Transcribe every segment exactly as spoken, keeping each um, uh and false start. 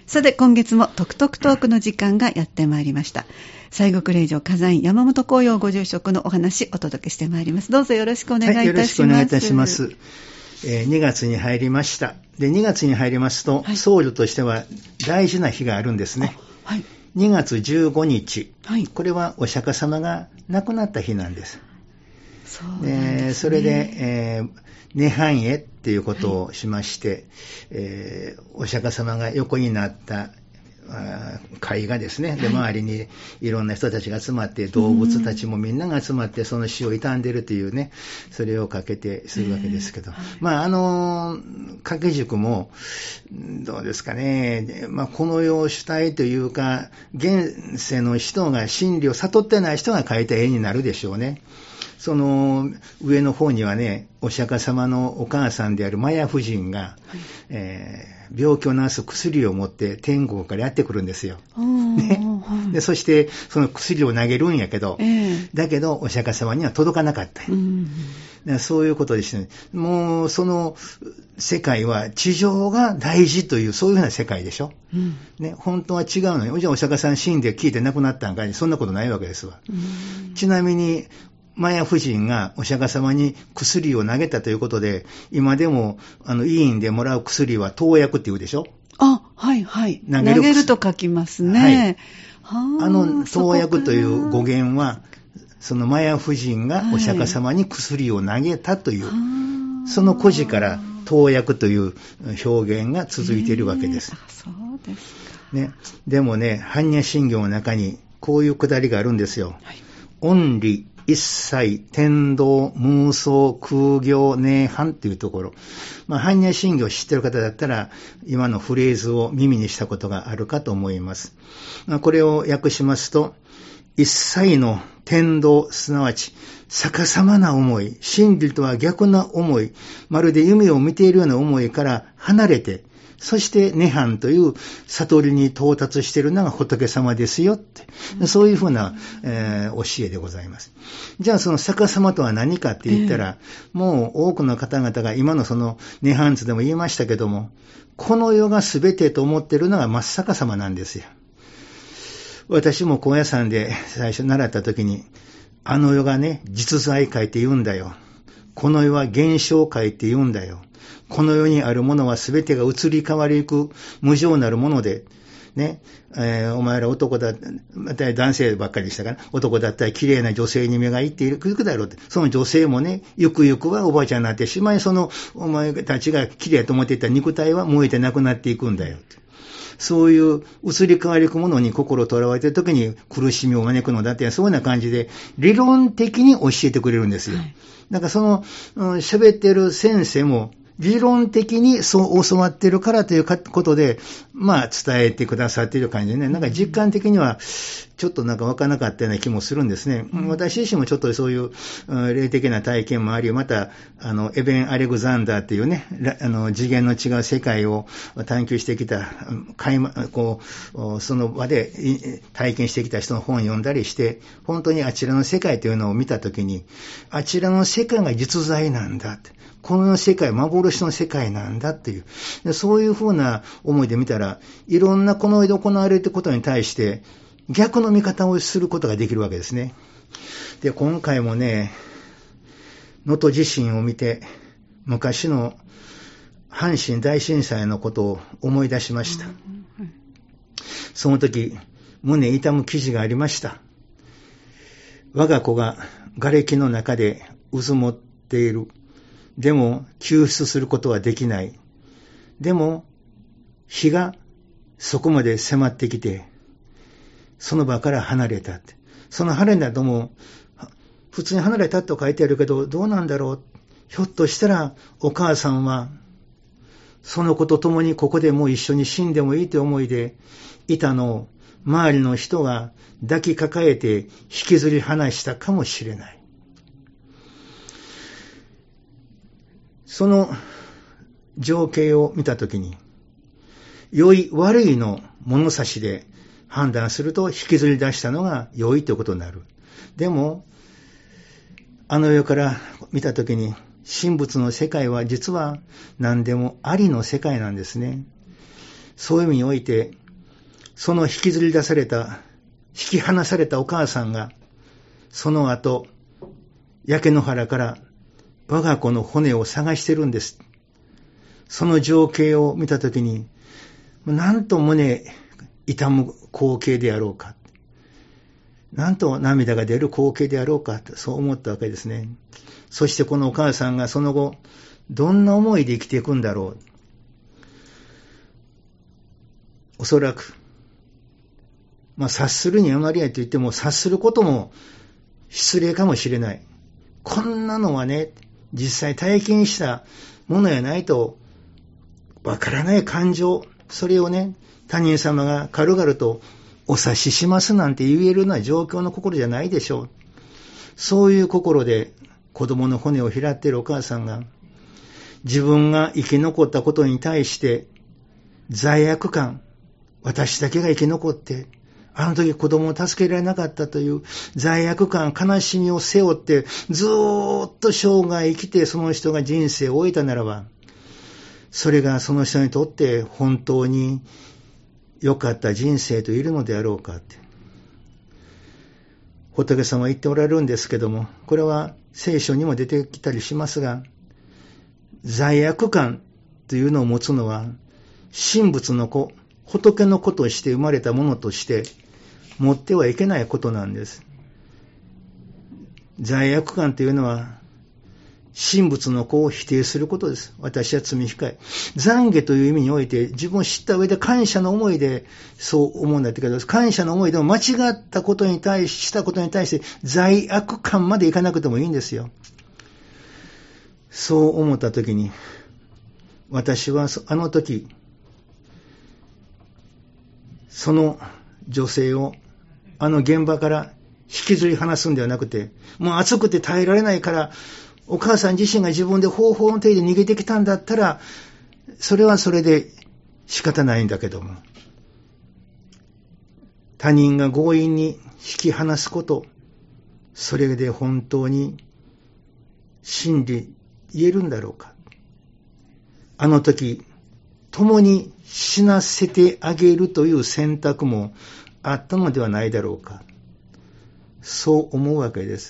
さて今月もトクトクトークの時間がやってまいりました。西国霊場火山院山本光陽ご住職のお話お届けしてまいります。どうぞよろしくお願いいたします。はい、よろしくお願いいたします。 えー、にがつに入りました。でにがつに入りますと、はい、僧侶としては大事な日があるんですね。はい、にがつじゅうごにち、はい、これはお釈迦様が亡くなった日なんです。 そうなんですね。 それで、えー、涅槃会っていうことをしまして、はい、えー、お釈迦様が横になった会がですね、で周りにいろんな人たちが集まって、動物たちもみんなが集まってその死を悼んでいるというね、それをかけてするわけですけど、まああの掛け軸もどうですかね、まあこの世主体というか現世の人が真理を悟ってない人が描いた絵になるでしょうね。その上の方にはね、お釈迦様のお母さんであるマヤ夫人が、はい、えー、病気を治す薬を持って天国からやってくるんですよ。ね、でそしてその薬を投げるんやけど、えー、だけどお釈迦様には届かなかった。うん、そういうことでしたね。もうその世界は地上が大事というそういうふうな世界でしょ。うん、ね、本当は違うのに、じゃあお釈迦さん死んで聞いて亡くなったんかい、そんなことないわけですわ。うん、ちなみにマヤ夫人がお釈迦様に薬を投げたということで、今でもあの医院でもらう薬は投薬って言うでしょ。 あ、はいはい。投げる、投げると書きますね。 はい、あの投薬という語源は、そのマヤ夫人がお釈迦様に薬を投げたという、はい、その故事から投薬という表現が続いているわけです。 あ、そうですか。 ね、でもね、般若心経の中にこういうくだりがあるんですよ。はい、オンリ一切、天道、無想、空行、涅槃というところ。まあ、般若心経を知っている方だったら、今のフレーズを耳にしたことがあるかと思います。まあ、これを訳しますと、一切の天道、すなわち、逆さまな思い、真理とは逆な思い、まるで夢を見ているような思いから離れて、そして涅槃という悟りに到達しているのが仏様ですよって、そういうふうな、えー、教えでございます。じゃあその逆さまとは何かって言ったら、えー、もう多くの方々が今のその涅槃図でも言いましたけども、この世が全てと思っているのが真っ逆さまなんですよ。私も高野山で最初習った時に、あの世がね、実在界って言うんだよ。この世は現象界って言うんだよ。この世にあるものは全てが移り変わりゆく無常なるもので、ね、えー、お前ら男だ、また男性ばっかりでしたから、男だったら綺麗な女性に目がいっていくだろうって、その女性もね、ゆくゆくはおばあちゃんになってしまい、そのお前たちが綺麗と思っていた肉体は燃えてなくなっていくんだよって。そういう移り変わりゆくものに心をとらわれているときに苦しみを招くのだって、そういうような感じで理論的に教えてくれるんですよ。はい、だからその喋、うん、ってる先生も理論的にそう教わってるからということで、まあ伝えてくださっている感じでね、なんか実感的にはちょっとなんかわからなかったような気もするんですね。うん、私自身もちょっとそういう、うん、霊的な体験もあり、またあのエベン・アレグザンダーっていうね、あの次元の違う世界を探求してきた、こうその場で体験してきた人の本を読んだりして、本当にあちらの世界というのを見たときに、あちらの世界が実在なんだって。この世界、幻の世界なんだっていう、そういうふうな思いで見たら、いろんなこの世で行われていることに対して、逆の見方をすることができるわけですね。で、今回もね、能登地震を見て、昔の阪神大震災のことを思い出しました。その時、胸痛む記事がありました。我が子が瓦礫の中でうずもっている。でも救出することはできない。でも火がそこまで迫ってきて、その場から離れたって。その離れたとも普通に離れたと書いてあるけど、どうなんだろう。ひょっとしたらお母さんはその子と共にここでもう一緒に死んでもいいという思いでいたのを、周りの人が抱きかかえて引きずり離したかもしれない。その情景を見たときに、良い悪いの物差しで判断すると引きずり出したのが良いということになる。でもあの世から見たときに、神仏の世界は実は何でもありの世界なんですね。 そういう意味において、その引きずり出された、引き離されたお母さんが、その後、焼け野原から我が子の骨を探してるんです。その情景を見たときに、なんと胸痛む光景であろうか。なんと涙が出る光景であろうか。そう思ったわけですね。そしてこのお母さんがその後、どんな思いで生きていくんだろう。おそらく、まあ察するに余りないと言っても、察することも失礼かもしれない。こんなのはね、実際体験したものやないと、わからない感情、それをね、他人様が軽々とお察ししますなんて言えるような状況の心じゃないでしょう。そういう心で子供の骨を拾っているお母さんが、自分が生き残ったことに対して罪悪感、私だけが生き残って、あの時子供を助けられなかったという罪悪感、悲しみを背負って、ずーっと生涯生きてその人が人生を終えたならば、それがその人にとって本当に良かった人生といるのであろうかって。仏様は言っておられるんですけども、これは聖書にも出てきたりしますが、罪悪感というのを持つのは、神仏の子、仏の子として生まれたものとして持ってはいけないことなんです。罪悪感というのは、神仏の子を否定することです。私は罪深い。懺悔という意味において、自分を知った上で感謝の思いでそう思うんだってけど、感謝の思いでも間違ったことに対し、したことに対して罪悪感までいかなくてもいいんですよ。そう思ったときに、私はあの時、その女性をあの現場から引きずり離すんではなくて、もう暑くて耐えられないから、お母さん自身が自分で方法の手で逃げてきたんだったら、それはそれで仕方ないんだけども、他人が強引に引き離すこと、それで本当に真理言えるんだろうか。あの時、共に死なせてあげるという選択もあったのではないだろうか。そう思うわけです。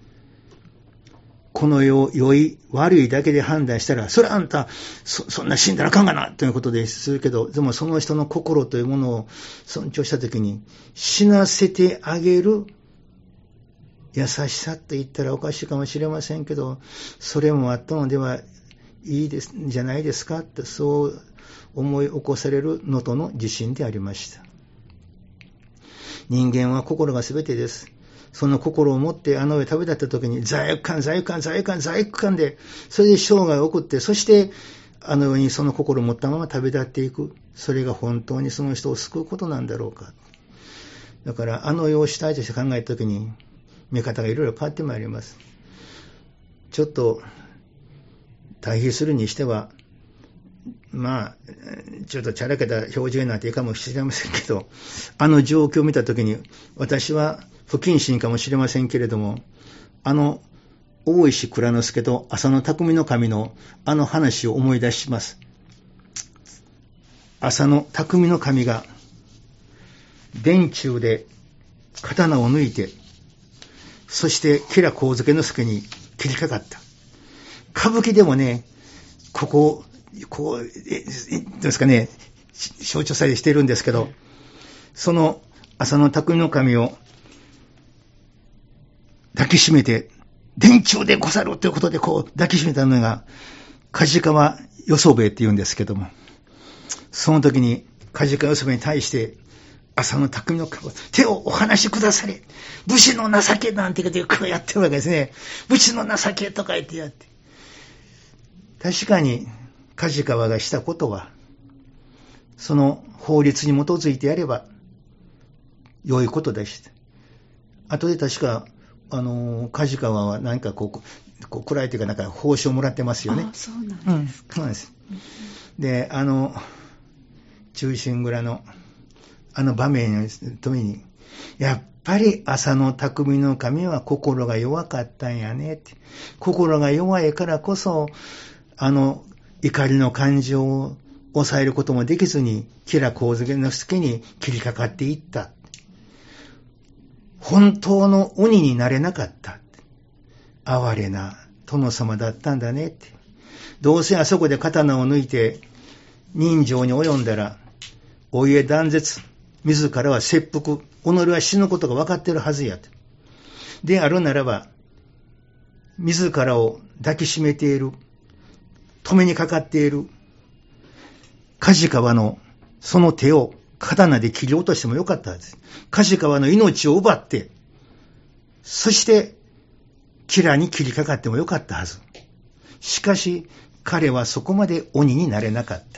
この世を良い悪いだけで判断したら、それあんた そ, そんな死んだらあかんがなということでするけど、でもその人の心というものを尊重したときに、死なせてあげる優しさって言ったらおかしいかもしれませんけど、それもあったのではいいですじゃないですかって、そう思い起こされる能登の地震でありました。人間は心が全てです。その心を持ってあの上食べたった時に罪悪感、罪悪感、罪悪感、罪悪感で、それで生涯を送って、そしてあの世にその心を持ったまま旅立っていく。それが本当にその人を救うことなんだろうか。だからあの世を主体として考えた時に、見方がいろいろ変わってまいります。ちょっと対比するにしては、まあ、ちょっとチャラけた表情になっていいかもしれませんけど、あの状況を見たときに、私は不謹慎かもしれませんけれども、あの大石内蔵助と浅野匠の神のあの話を思い出します。浅野匠の神が殿中で刀を抜いて、そして吉良上野介に切りかかった。歌舞伎でもね、こここう、え、どうですかね、象徴されてしてるんですけど、その浅野匠の神を抱きしめて、殿中でござるということでこう抱きしめたのが、梶川与宗兵衛って言うんですけども、その時に梶川与宗兵衛に対して、浅野匠の神を手をお離しくだされ、武士の情けなんて言ってこうやってるわけですね。武士の情けとか言ってやって。確かに、梶川がしたことは、その法律に基づいてやれば、良いことでした。後で確か、あの、梶川は何かこう、こう暗いというか、なんか報酬をもらってますよね。 あ、そうなんですか。 うん、そうなんです。で、あの、忠臣蔵の、あの場面のために、やっぱり浅野匠の神は心が弱かったんやねって。心が弱いからこそ、あの、怒りの感情を抑えることもできずに、吉良上野介に切りかかっていった。本当の鬼になれなかった。哀れな殿様だったんだねって。どうせあそこで刀を抜いて人情に及んだら、お家断絶、自らは切腹、己は死ぬことが分かっているはずやと。であるならば、自らを抱きしめている、止めにかかっている梶川のその手を刀で切り落としてもよかったはずです。梶川の命を奪って、そして吉良に切りかかってもよかったはず。しかし彼はそこまで鬼になれなかった。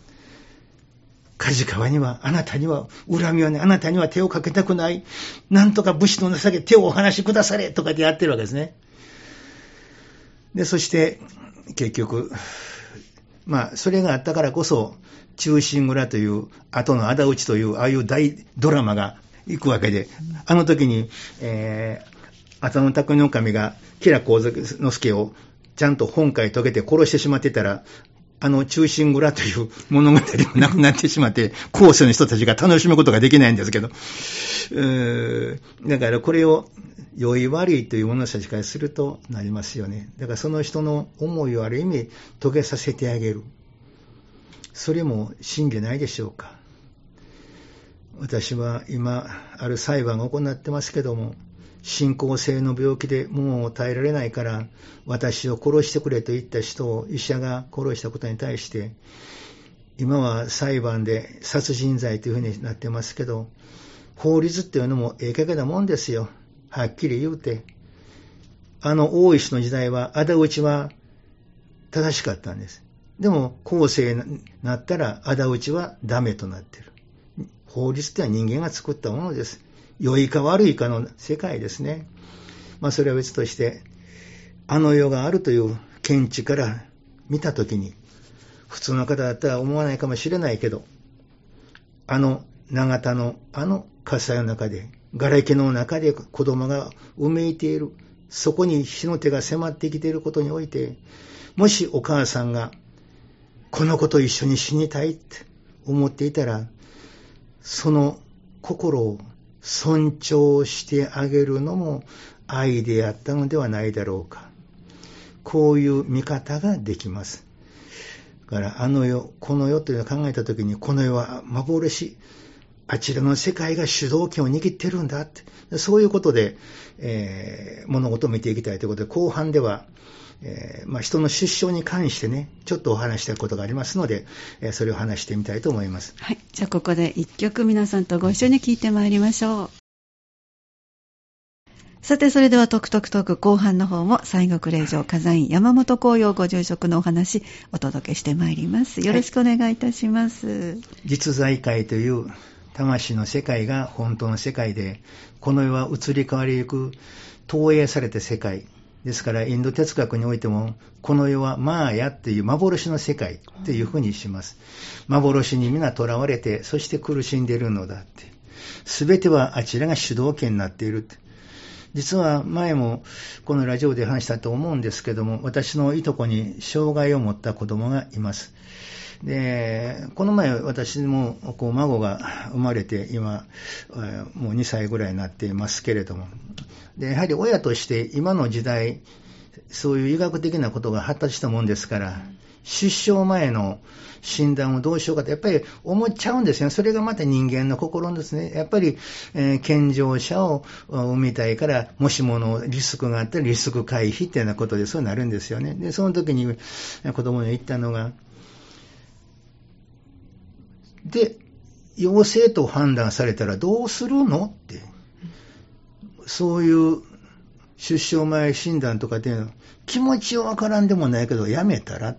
梶川には、あなたには恨みはない、あなたには手をかけたくない、なんとか武士の情け、手をお離しくだされとかでやってるわけですね。で、そして結局、まあそれがあったからこそ、忠臣蔵という後の仇討ちというああいう大ドラマが行くわけで、あの時に、えー、浅野匠の守が吉良上野介をちゃんと本懐解けて殺してしまってたら、あの忠臣蔵という物語もなくなってしまって、後世の人たちが楽しむことができないんですけど、うーだからこれを良い悪いという物差しからするとなりますよね。だからその人の思いをある意味遂げさせてあげる。それも真でないでしょうか。私は今ある裁判が行ってますけども、進行性の病気でもう耐えられないから私を殺してくれと言った人を医者が殺したことに対して、今は裁判で殺人罪というふうになってますけど、法律っていうのもええかげなもんですよ。はっきり言うて、あの大石の時代は仇討ちは正しかったんです。でも後世になったら仇討ちはダメとなっている。法律ってのは人間が作ったものです。良いか悪いかの世界ですね。まあそれは別として、あの世があるという見地から見たときに、普通の方だったら思わないかもしれないけど、あの長田のあの火災の中で、瓦礫の中で子供がうめいている、そこに火の手が迫ってきていることにおいて、もしお母さんがこの子と一緒に死にたいって思っていたら、その心を尊重してあげるのも愛であったのではないだろうか。こういう見方ができます。だからあの世、この世というのを考えたときに、この世は幻、あちらの世界が主導権を握ってるんだって、そういうことで、えー、物事を見ていきたいということで、後半では、えーまあ、人の出生に関してね、ちょっとお話したいことがありますので、えー、それを話してみたいと思います。 はい、じゃあここで一曲皆さんとご一緒に聴いてまいりましょう。さて、それではトクトクトーク後半の方も西国霊場火山院山本光陽ご住職のお話お届けしてまいります。よろしくお願いいたします。はい、 実在界という魂の世界が本当の世界で、この世は移り変わりゆく投影された世界ですから、インド哲学においてもこの世はマーヤっていう幻の世界っていうふうにします。幻に皆囚われて、そして苦しんでいるのだって、すべてはあちらが主導権になっているって。実は前もこのラジオで話したと思うんですけども、私のいとこに障害を持った子供がいます。で、この前私もこう孫が生まれて、今もうにさいぐらいになっていますけれども、でやはり親として今の時代、そういう医学的なことが発達したもんですから、出生前の診断をどうしようかとやっぱり思っちゃうんですよ。それがまた人間の心ですね。やっぱり、えー、健常者を産みたいから、もしものリスクがあったらリスク回避っていうようなことでそうなるんですよね。でその時に子供に言ったのが、で陽性と判断されたらどうするのって、そういう出生前診断とかっていうのは気持ちはわからんでもないけどやめたらって、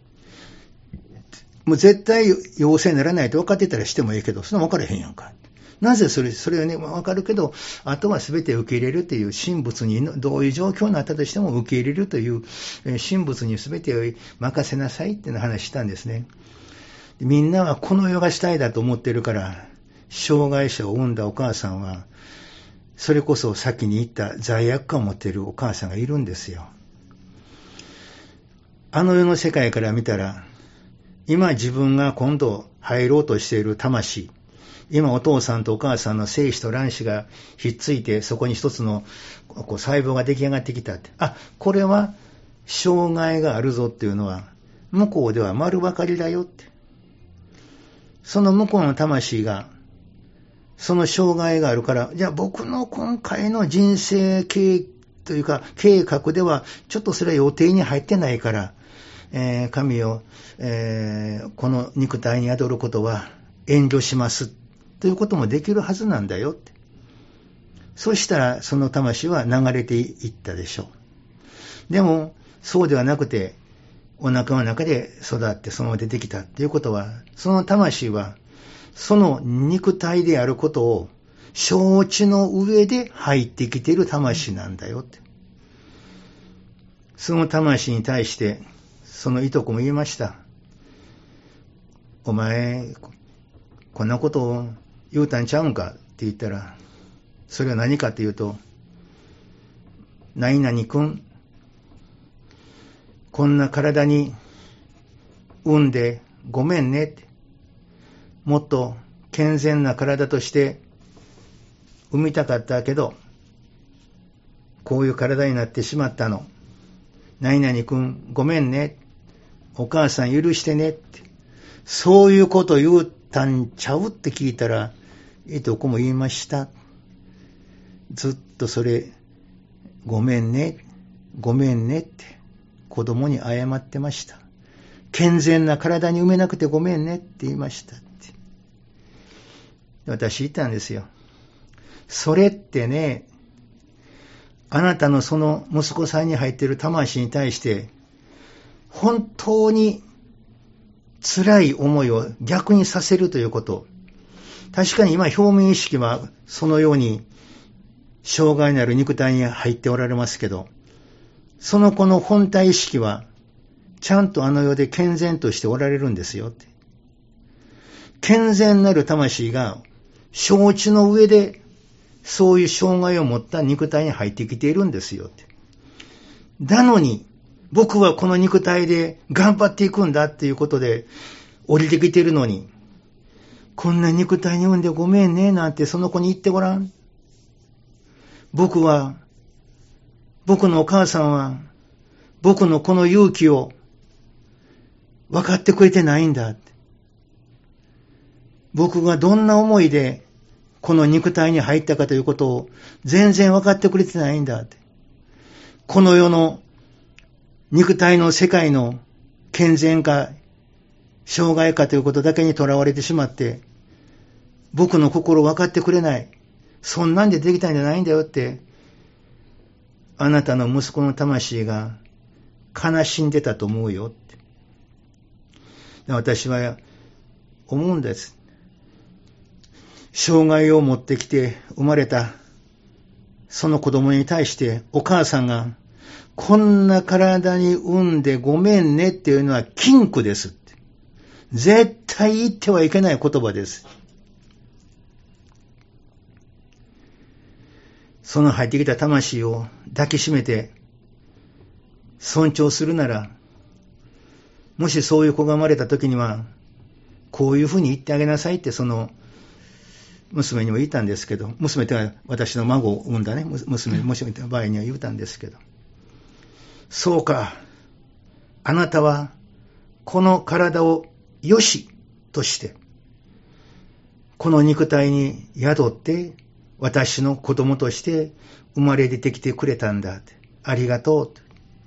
もう絶対陽性にならないと分かってたらしてもいいけど、そんな分からへんやんか。なぜそれそれはね分かるけど、あとは全て受け入れるという、神仏にどういう状況になったとしても受け入れるという、神仏に全てを任せなさいっていう話したんですね。みんなはこの世が主体だと思ってるから、障害者を産んだお母さんはそれこそ先に言った罪悪感を持っているお母さんがいるんですよ。あの世の世界から見たら、 今自分が今度入ろうとしている魂、今お父さんとお母さんの精子と卵子がひっついて、そこに一つのこう細胞が出来上がってきたって。あ、これは障害があるぞっていうのは、向こうでは丸分かりだよって。その向こうの魂が、その障害があるから、じゃあ僕の今回の人生計というか、計画では、ちょっとそれは予定に入ってないから、えー、神よ、えー、この肉体に宿ることは遠慮します。ということもできるはずなんだよって。そしたら、その魂は流れていったでしょう。でも、そうではなくて、お腹の中で育ってそのまま出てきたっていうことは、その魂は、その肉体であることを承知の上で入ってきている魂なんだよって。その魂に対して、そのいとこも言いました。お前、こんなことを言うたんちゃうんかって言ったら、それは何かっていうと、何々君、こんな体に産んでごめんねって。もっと健全な体として産みたかったけど、こういう体になってしまったの。何々君ごめんね。お母さん許してねって。そういうこと言うたんちゃうって聞いたら、いとこも言いました。ずっとそれ、ごめんね、ごめんねって子供に謝ってました。健全な体に産めなくてごめんねって言いましたって。私言ったんですよ。それってね、あなたのその息子さんに入っている魂に対して、本当に辛い思いを逆にさせるということ。確かに今表面意識はそのように障害のある肉体に入っておられますけど、その子の本体意識はちゃんとあの世で健全としておられるんですよって。健全なる魂が承知の上でそういう障害を持った肉体に入ってきているんですよって。なのに僕はこの肉体で頑張っていくんだっていうことで降りてきているのに、こんな肉体に産んでごめんねなんてその子に言ってごらん。僕は、僕のお母さんは、僕のこの勇気を分かってくれてないんだって。僕がどんな思いでこの肉体に入ったかということを全然分かってくれてないんだって。この世の肉体の世界の健全か障害かということだけにとらわれてしまって、僕の心を分かってくれない。そんなんでできたんじゃないんだよって、あなたの息子の魂が悲しんでたと思うよって。私は思うんです。障害を持ってきて生まれたその子供に対してお母さんがこんな体に産んでごめんねっていうのは禁句ですって。絶対言ってはいけない言葉です。その入ってきた魂を抱きしめて尊重するなら、もしそういう子が生まれた時にはこういうふうに言ってあげなさいって、その娘にも言ったんですけど、娘ってのは私の孫を産んだね娘、もしもの場合には言ったんですけど、そうか、あなたはこの体をよしとしてこの肉体に宿って私の子供として生まれ出てきてくれたんだって、ありがとうって。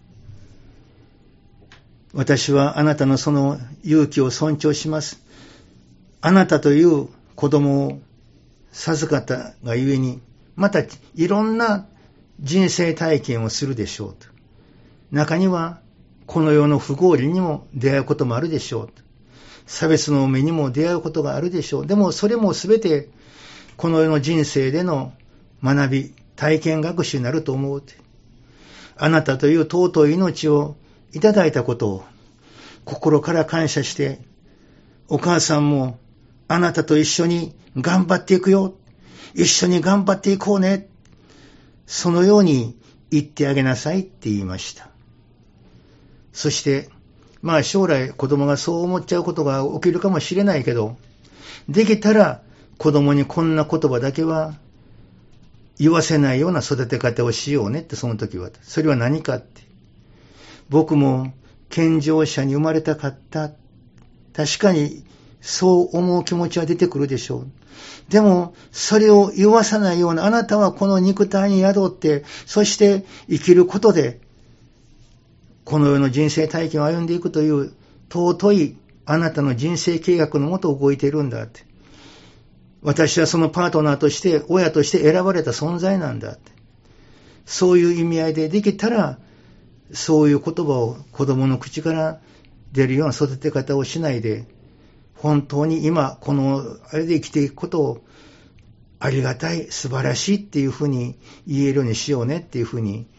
私はあなたのその勇気を尊重します。あなたという子供を授かったがゆえに、またいろんな人生体験をするでしょうと。中にはこの世の不合理にも出会うこともあるでしょうと。差別の目にも出会うことがあるでしょう。でもそれもすべてこの世の人生での学び、体験学習になると思う。あなたという尊い命をいただいたことを心から感謝して、お母さんもあなたと一緒に頑張っていくよ。一緒に頑張っていこうね。そのように言ってあげなさいって言いました。そしてまあ将来子供がそう思っちゃうことが起きるかもしれないけど、できたら子供にこんな言葉だけは言わせないような育て方をしようねって、その時は。それは何かって。僕も健常者に生まれたかった。確かにそう思う気持ちは出てくるでしょう。でも、それを言わさないような、あなたはこの肉体に宿って、そして生きることで、この世の人生体験を歩んでいくという尊いあなたの人生計画のもと動いているんだって。私はそのパートナーとして、親として選ばれた存在なんだって。そういう意味合いでできたら、そういう言葉を子供の口から出るような育て方をしないで、本当に今このあれで生きていくことをありがたい、素晴らしいっていうふうに言えるようにしようねっていうふうに、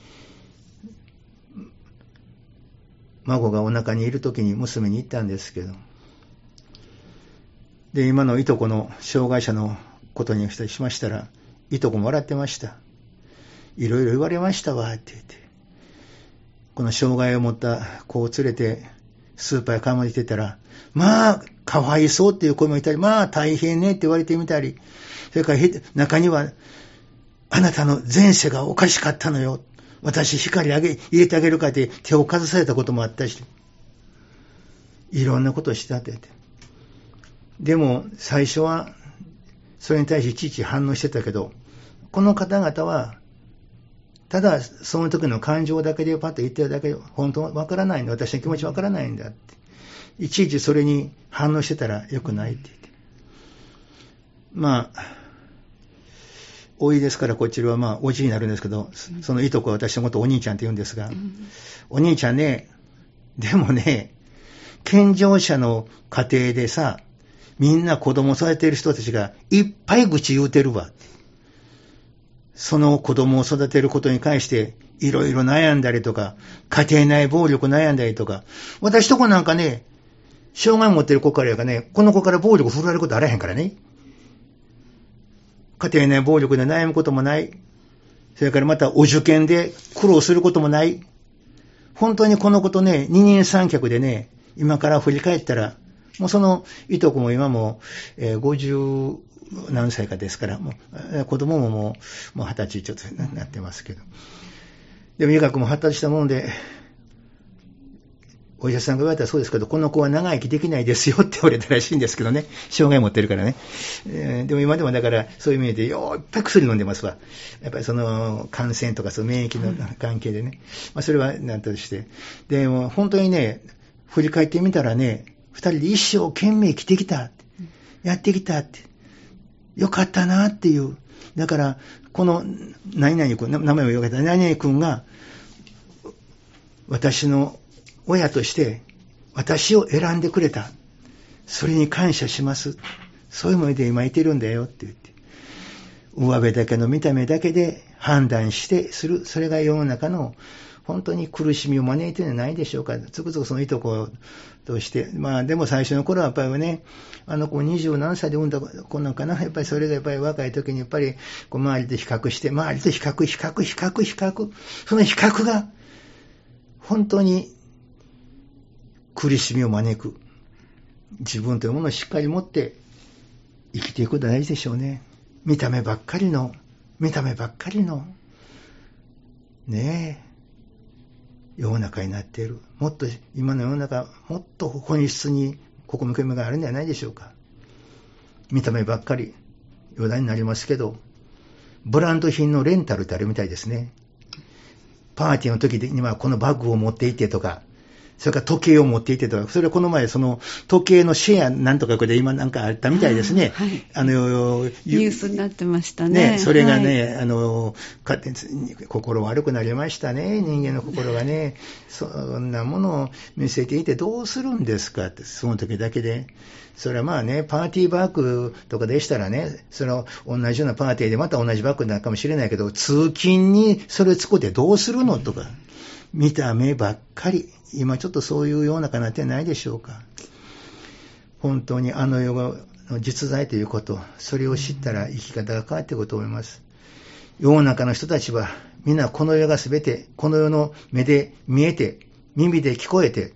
孫がお腹にいるときに娘に言ったんですけど、で今のいとこの障害者のことにしましたら、いとこも笑ってました。いろいろ言われましたわって言って、この障害を持った子を連れてスーパーへ買い物に行ってたら、まあかわいそうっていう声もいたり、まあ大変ねって言われてみたり、それから中には、あなたの前世がおかしかったのよ、私光あげ入れてあげるかって手をかざされたこともあったし、いろんなことをしてあって、でも最初はそれに対していちいち反応してたけど、この方々はただその時の感情だけでパッと言ってるだけで、本当はわからないんだ、私の気持ちわからないんだって、いちいちそれに反応してたらよくないって言って、まあおいですから、こちらはまあおじになるんですけど、そのいとこは私のことをお兄ちゃんって言うんですが、うん、お兄ちゃんね、でもね、健常者の家庭でさ、みんな子供を育てている人たちがいっぱい愚痴言うてるわ。その子供を育てることに関していろいろ悩んだりとか、家庭内暴力悩んだりとか、私とこなんかね、障害持ってる子からやからね、この子から暴力振られることあらへんからね。家庭内暴力で悩むこともない。それからまたお受験で苦労することもない。本当にこのことね、二人三脚でね、今から振り返ったら、もうそのいとこも今も、えー、ごじゅう何歳かですから、もう子供ももう、もう二十歳ちょっとなってますけど。でも医学も発達したもので、お医者さんが言われたらそうですけど、この子は長生きできないですよって言われたらしいんですけどね、障害持ってるからね。えー、でも今でもだからそういう意味でよーいっぱい薬飲んでますわ。やっぱりその感染とかその免疫の関係でね。まあそれはなんとして。でも本当にね、振り返ってみたらね、二人で一生懸命生きてきた。やってきたって。よかったなっていう。だから、この何々君、名前を言われた何々君が、私の親として私を選んでくれた。それに感謝します。そういう思いで今いてるんだよって言って。上辺だけの見た目だけで判断してする。それが世の中の本当に苦しみを招いてるんじゃないでしょうか。つくづくそのいとことして。まあでも最初の頃はやっぱりね、あの子二十何歳で産んだ子なんかな。やっぱりそれがやっぱり若い時にやっぱりこう周りと比較して、周りと比較、比較、比較、比較。その比較が本当に苦しみを招く。自分というものをしっかり持って生きていくことが大事でしょうね。見た目ばっかりの、見た目ばっかりの、ねえ、世の中になっている。もっと今の世の中、もっと本質に心向けがあるんじゃないでしょうか。見た目ばっかり、余談になりますけど、ブランド品のレンタルってあるみたいですね。パーティーの時にはこのバッグを持っていてとか、それから時計を持っていてとか、それはこの前その時計のシェアなんとかで今なんかあったみたいですね。 はい、 あのニュースになってましたね。 ね、それがね、はい、あの心悪くなりましたね。人間の心がね、そんなものを見せていてどうするんですかって、その時だけで。それはまあね、パーティーバッグとかでしたらね、その同じようなパーティーでまた同じバッグになるかもしれないけど、通勤にそれを使ってどうするのとか、見た目ばっかり。今ちょっとそういう世の中になってないでしょうか。本当にあの世の実在ということ、それを知ったら生き方が変わっていくと思います。世の中の人たちはみんなこの世がすべて、この世の目で見えて、耳で聞こえて、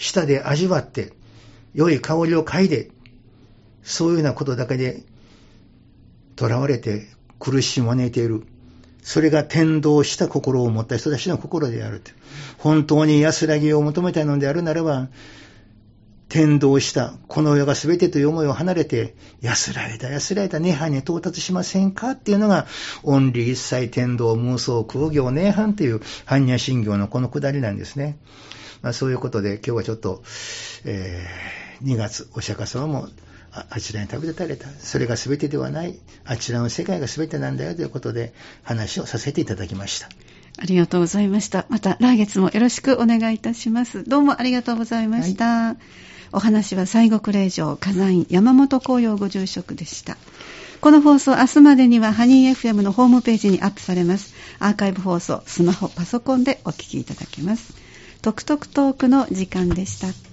舌で味わって、良い香りを嗅いで、そういうようなことだけで囚われて苦しみを招いている。それが天道した心を持った人たちの心である。本当に安らぎを求めたのであるならば、天道したこの世が全てという思いを離れて、安らいだ安らいだ涅槃に到達しませんかっていうのが、恩理一切天道無相空行涅槃という般若心経のこの下りなんですね。まあ、そういうことで今日はちょっと、えー、にがつお釈迦様もあ, あちらに旅立たれた。それが全てではない。あちらの世界が全てなんだよということで話をさせていただきました。 ありがとうございました。また来月もよろしくお願いいたします。どうもありがとうございました。はい、お話は西国霊場火山院山本光陽ご住職でした。この放送明日までにはハニー エフエム のホームページにアップされます。アーカイブ放送、スマホ、パソコンでお聞きいただけます。トクトクトークの時間でした。